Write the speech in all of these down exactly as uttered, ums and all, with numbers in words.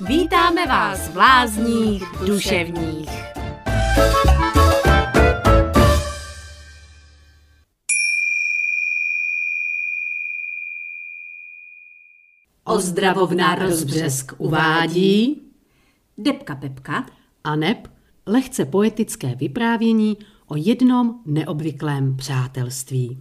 Vítáme vás v lázních duševních. Ozdravovna Rozbřesk uvádí Debka Pepka a neb lehce poetické vyprávění o jednom neobvyklém přátelství.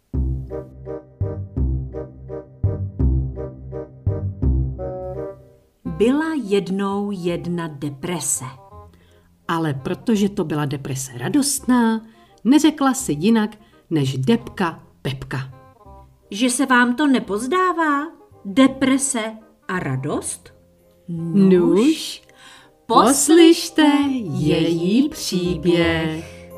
Byla jednou jedna deprese. Ale protože to byla deprese radostná, neřekla si jinak než Debka Pepka. Že se vám to nepozdává? Deprese a radost? Nuž, poslyšte její příběh.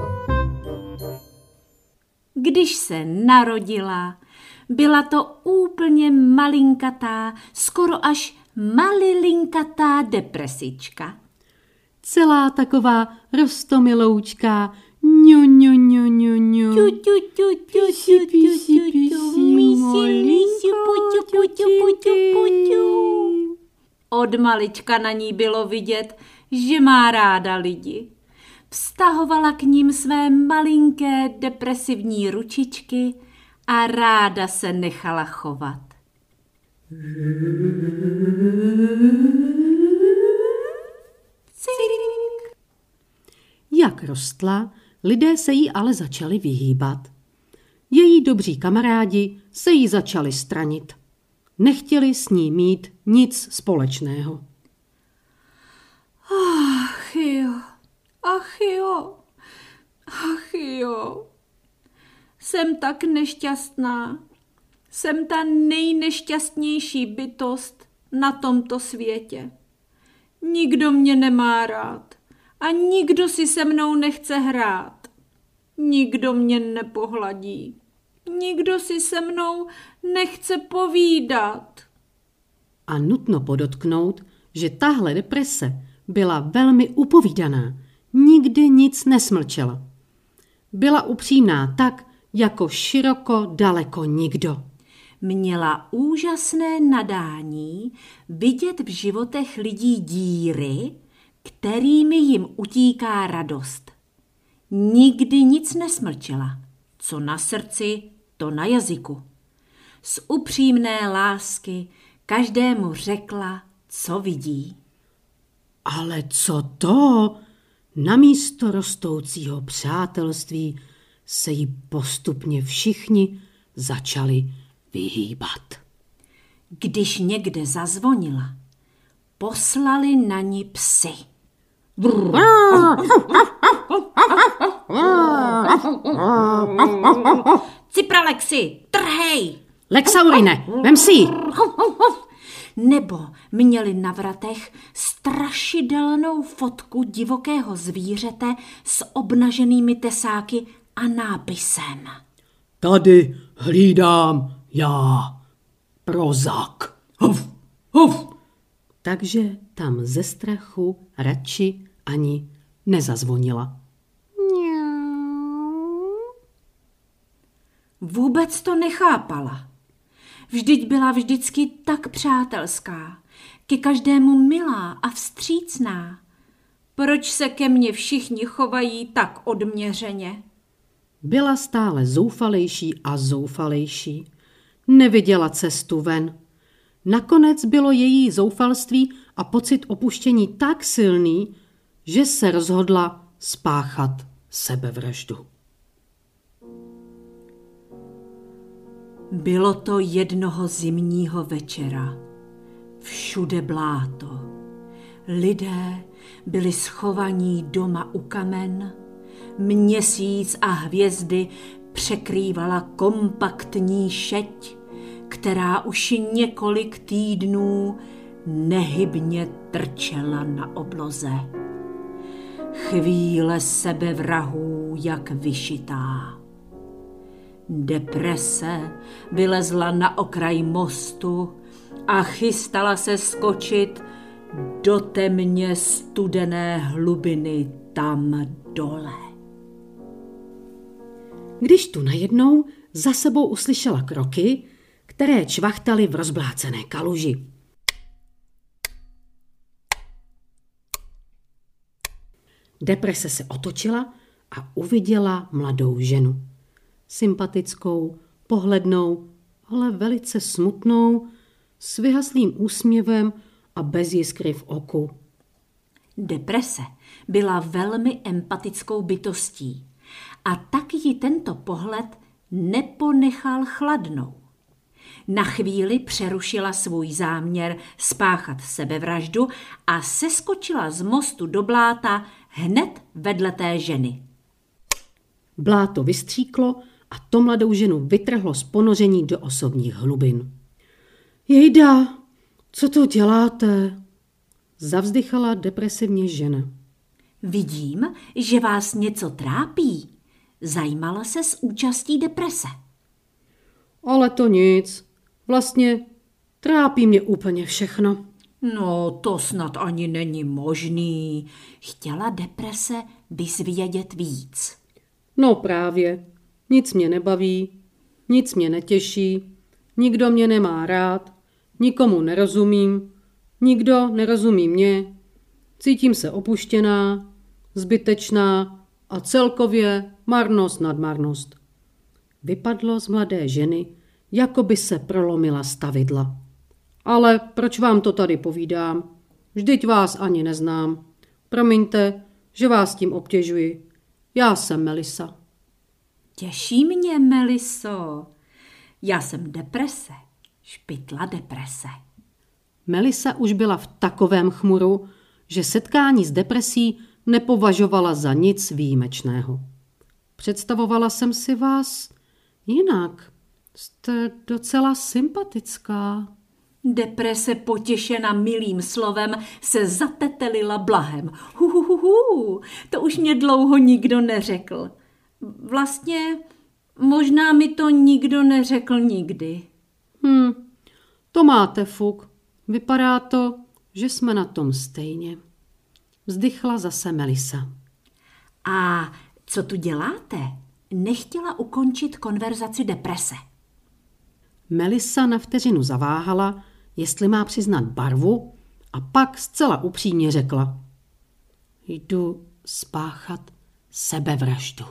Když se narodila, byla to úplně malinkatá, skoro až malilinkatá depresička. Celá taková roztomiloučká, ňu, ňu, ňu, ňu, ňu. Ťu, ťu, ťu, ťu, ťu, ťu, ťu, ťu, mísi, mísi, puťu, puťu, puťu, puťu. Od malička na ní bylo vidět, že má ráda lidi. Vztahovala k ním své malinké depresivní ručičky a ráda se nechala chovat. Cink. Jak rostla, lidé se jí ale začali vyhýbat. Její dobří kamarádi se jí začali stranit. Nechtěli s ní mít nic společného. Ach jo, ach jo, ach jo. Jsem tak nešťastná. Jsem ta nejnešťastnější bytost na tomto světě. Nikdo mě nemá rád a nikdo si se mnou nechce hrát. Nikdo mě nepohladí. Nikdo si se mnou nechce povídat. A nutno podotknout, že tahle deprese byla velmi upovídaná. Nikdy nic nesmlčela. Byla upřímná tak, jako široko daleko nikdo. Měla úžasné nadání vidět v životech lidí díry, kterými jim utíká radost. Nikdy nic nesmlčela, co na srdci, to na jazyku. Z upřímné lásky každému řekla, co vidí. Ale co to? Namísto rostoucího přátelství se jí postupně všichni začali vyhýbat. Když někde zazvonila, poslali na ní psy. Cipra Lexi, trhej! Lexaurine, vem si ji! Nebo měli na vratech strašidelnou fotku divokého zvířete s obnaženými tesáky a nápisem. Tady hlídám já, prozak. Huf, huf. Takže tam ze strachu radši ani nezazvonila. Vůbec to nechápala. Vždyť byla vždycky tak přátelská, ke každému milá a vstřícná. Proč se ke mně všichni chovají tak odměřeně? Byla stále zoufalejší a zoufalejší. Neviděla cestu ven. Nakonec bylo její zoufalství a pocit opuštění tak silný, že se rozhodla spáchat sebevraždu. Bylo to jednoho zimního večera. Všude bláto. Lidé byli schovaní doma u kamen. Měsíc a hvězdy překrývala kompaktní šeť, která už několik týdnů nehybně trčela na obloze. Chvíle sebevrahů jak vyšitá. Deprese vylezla na okraj mostu a chystala se skočit do temně studené hlubiny tam dole. Když tu najednou za sebou uslyšela kroky, které čvachtaly v rozblácené kaluži. Deprese se otočila a uviděla mladou ženu. Sympatickou, pohlednou, ale velice smutnou, s vyhaslým úsměvem a bez jiskry v oku. Deprese byla velmi empatickou bytostí a tak ji tento pohled neponechal chladnou. Na chvíli přerušila svůj záměr spáchat sebevraždu a seskočila z mostu do bláta hned vedle té ženy. Bláto vystříklo a to mladou ženu vytrhlo z ponoření do osobních hlubin. Jejda, co to děláte? Zavzdychala depresivně žena. Vidím, že vás něco trápí. Zajímala se s účastí deprese. Ale to nic. Vlastně trápí mě úplně všechno. No, to snad ani není možný. Chtěla deprese bys vědět víc. No právě. Nic mě nebaví, nic mě netěší, nikdo mě nemá rád, nikomu nerozumím, nikdo nerozumí mě, cítím se opuštěná, zbytečná a celkově marnost nad marnost. Vypadlo z mladé ženy, jako by se prolomila stavidla. Ale proč vám to tady povídám? Vždyť vás ani neznám. Promiňte, že vás tím obtěžuji. Já jsem Melisa. Těší mě, Meliso. Já jsem deprese, špitla deprese. Melisa už byla v takovém chmuru, že setkání s depresí nepovažovala za nic výjimečného. Představovala jsem si vás jinak. Jste docela sympatická. Deprese potěšena milým slovem se zatetelila blahem. Hu, hu, hu, hu, to už mě dlouho nikdo neřekl. Vlastně možná mi to nikdo neřekl nikdy. Hm, to máte fuk. Vypadá to, že jsme na tom stejně. Vzdychla zase Melisa. A co tu děláte? Nechtěla ukončit konverzaci deprese. Melisa na vteřinu zaváhala, jestli má přiznat barvu, a pak zcela upřímně řekla. Jdu spáchat sebevraždu.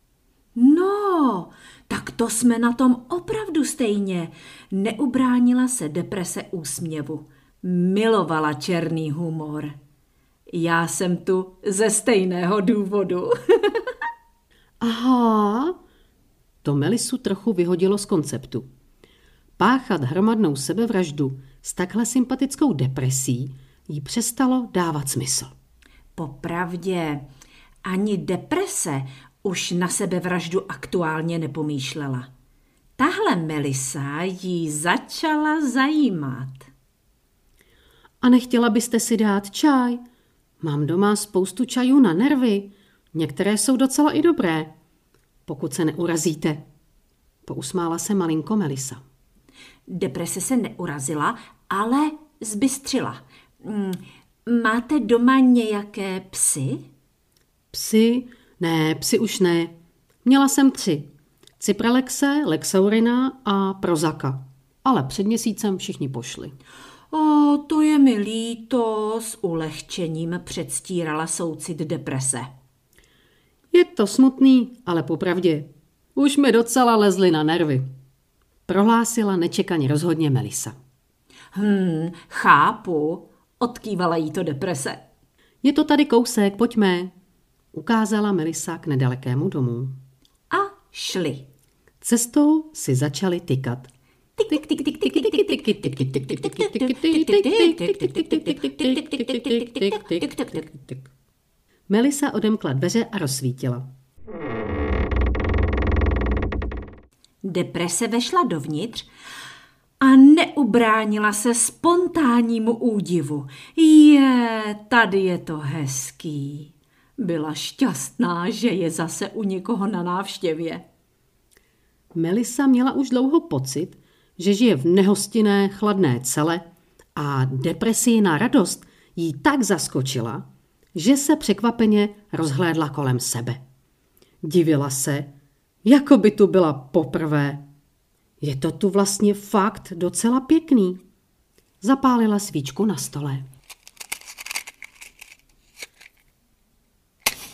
No, tak to jsme na tom opravdu stejně. Neubránila se deprese úsměvu. Milovala černý humor. Já jsem tu ze stejného důvodu. Aha, to Melisu trochu vyhodilo z konceptu. Páchat hromadnou sebevraždu s takhle sympatickou depresí jí přestalo dávat smysl. Popravdě, ani deprese už na sebevraždu aktuálně nepomýšlela. Tahle Melisa jí začala zajímat. A nechtěla byste si dát čaj? Mám doma spoustu čajů na nervy. Některé jsou docela i dobré. Pokud se neurazíte. Pousmála se malinko Melisa. Deprese se neurazila, ale zbystřila. Máte doma nějaké psy? Psy? Ne, psy už ne. Měla jsem tři. Cipralexe, Lexaurina a Prozaka. Ale před měsícem všichni pošli. O, to je mi líto, s ulehčením předstírala soucit deprese. Je to smutný, ale popravdě. Už mi docela lezly na nervy. Prohlásila nečekaně rozhodně Melisa. Hm, chápu, odkývala jí to deprese. Je to tady kousek, pojďme, ukázala Melisa k nedalekému domu. A šli. Cestou si začali tykat. Melisa odemkla dveře a rozsvítila. Deprese vešla dovnitř a neubránila se spontánnímu údivu. Je, tady je to hezký. Byla šťastná, že je zase u někoho na návštěvě. Melisa měla už dlouho pocit, že žije v nehostinné, chladné cele a depresí na radost jí tak zaskočila, že se překvapeně rozhlédla kolem sebe. Divila se, jako by tu byla poprvé. Je to tu vlastně fakt docela pěkný. Zapálila svíčku na stole.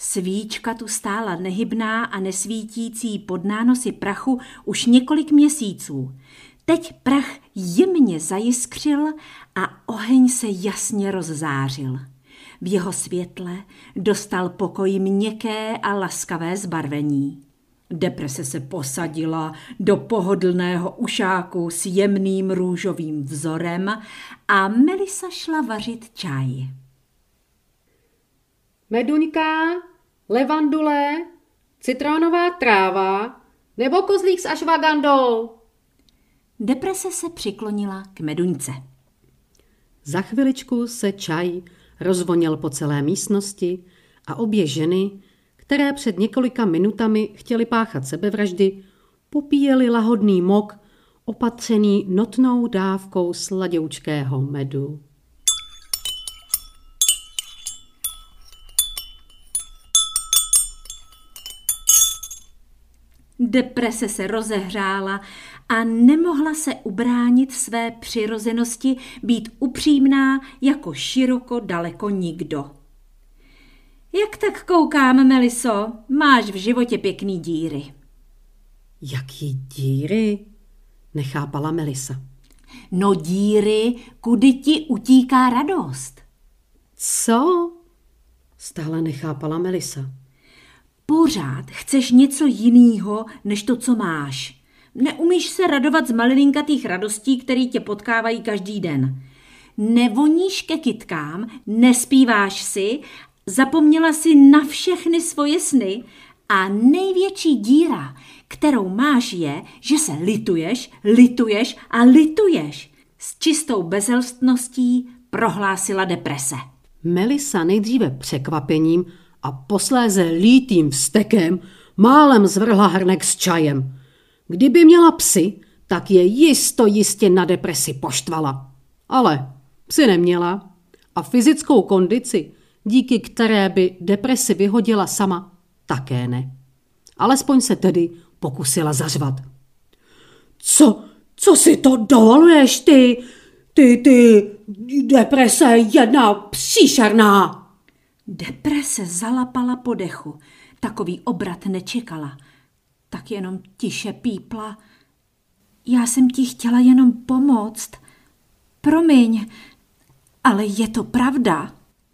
Svíčka tu stála nehybná a nesvítící pod nánosy prachu už několik měsíců. Teď prach jemně zajiskřil a oheň se jasně rozzářil. V jeho světle dostal pokoj měkké a laskavé zbarvení. Deprese se posadila do pohodlného ušáku s jemným růžovým vzorem a Melisa šla vařit čaj. Meduňka, levandule, citronová tráva nebo kozlík s ašvagandou? Deprese se přiklonila k Meduňce. Za chviličku se čaj rozvonil po celé místnosti a obě ženy, které před několika minutami chtěly páchat sebevraždy, popíjely lahodný mok, opatřený notnou dávkou sladoučkého medu. Deprese se rozehřála a nemohla se ubránit své přirozenosti být upřímná jako široko daleko nikdo. Jak tak koukám, Meliso, máš v životě pěkný díry. Jaký díry? Nechápala Melisa. No díry, kudy ti utíká radost. Co? Stále nechápala Melisa. Pořád chceš něco jinýho, než to, co máš. Neumíš se radovat z malilinkatých radostí, které tě potkávají každý den. Nevoníš ke kytkám, nespíváš si, zapomněla si na všechny svoje sny a největší díra, kterou máš, je, že se lituješ, lituješ a lituješ. S čistou bezelstností prohlásila Deprese. Melisa nejdříve překvapením a posléze lítým vztekem málem zvrhla hrnek s čajem. Kdyby měla psy, tak je jisto jistě na Depresi poštvala. Ale psy neměla a fyzickou kondici, díky které by Depresi vyhodila sama, také ne. Alespoň se tedy pokusila zařvat. Co, co si to dovoluješ ty, ty, ty, Deprese jedna příšerná? Deprese zalapala po dechu. Takový obrat nečekala. Tak jenom tiše pípla. Já jsem ti chtěla jenom pomoct. Promiň, ale je to pravda.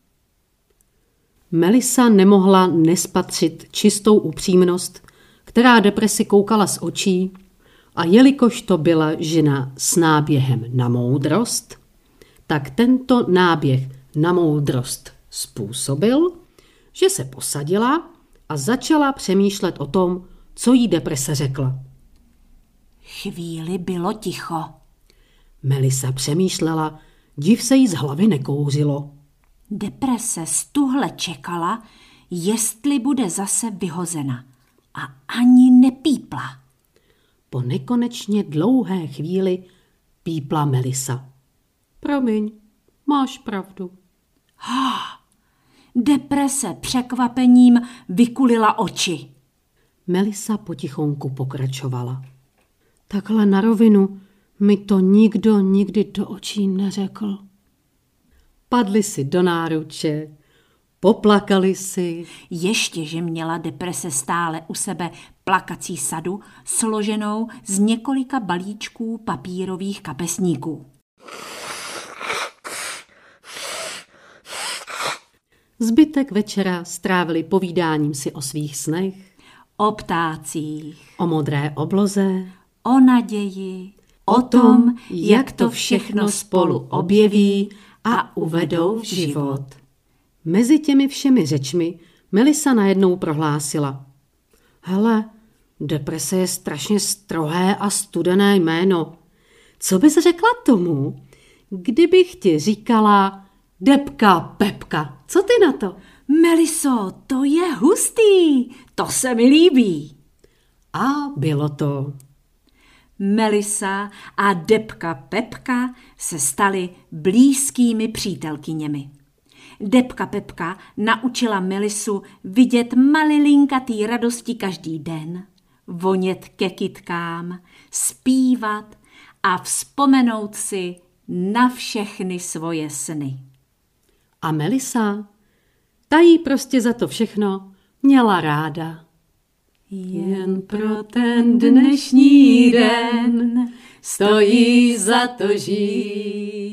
Melisa nemohla nespatřit čistou upřímnost, která Depresi koukala z očí, a jelikož to byla žena s náběhem na moudrost, tak tento náběh na moudrost způsobil, že se posadila a začala přemýšlet o tom, co jí Deprese řekla. Chvíli bylo ticho. Melisa přemýšlela, div se jí z hlavy nekouřilo. Deprese stuhle čekala, jestli bude zase vyhozena, a ani nepípla. Po nekonečně dlouhé chvíli pípla Melisa. Promiň, máš pravdu. Deprese překvapením vykulila oči. Melisa potichonku pokračovala. Takhle na rovinu mi to nikdo nikdy do očí neřekl. Padli si do náruče, poplakali si. Ještě, že měla Deprese stále u sebe plakací sadu, složenou z několika balíčků papírových kapesníků. Zbytek večera strávili povídáním si o svých snech, O ptácích, o modré obloze, o naději, o tom, jak to všechno spolu objeví a uvedou v život. Mezi těmi všemi řečmi Melisa najednou prohlásila. Hele, Deprese je strašně strohé a studené jméno. Co bys řekla tomu, kdybych ti říkala Debka Pepka? Co ty na to? Meliso, to je hustý, to se mi líbí. A bylo to. Melisa a Debka Pepka se staly blízkými přítelkyněmi. Debka Pepka naučila Melisu vidět malilinkatý radosti každý den, vonět ke kytkám, zpívat a vzpomenout si na všechny svoje sny. A Melisa, ta jí prostě za to všechno měla ráda. Jen pro ten dnešní den stojí za to žít.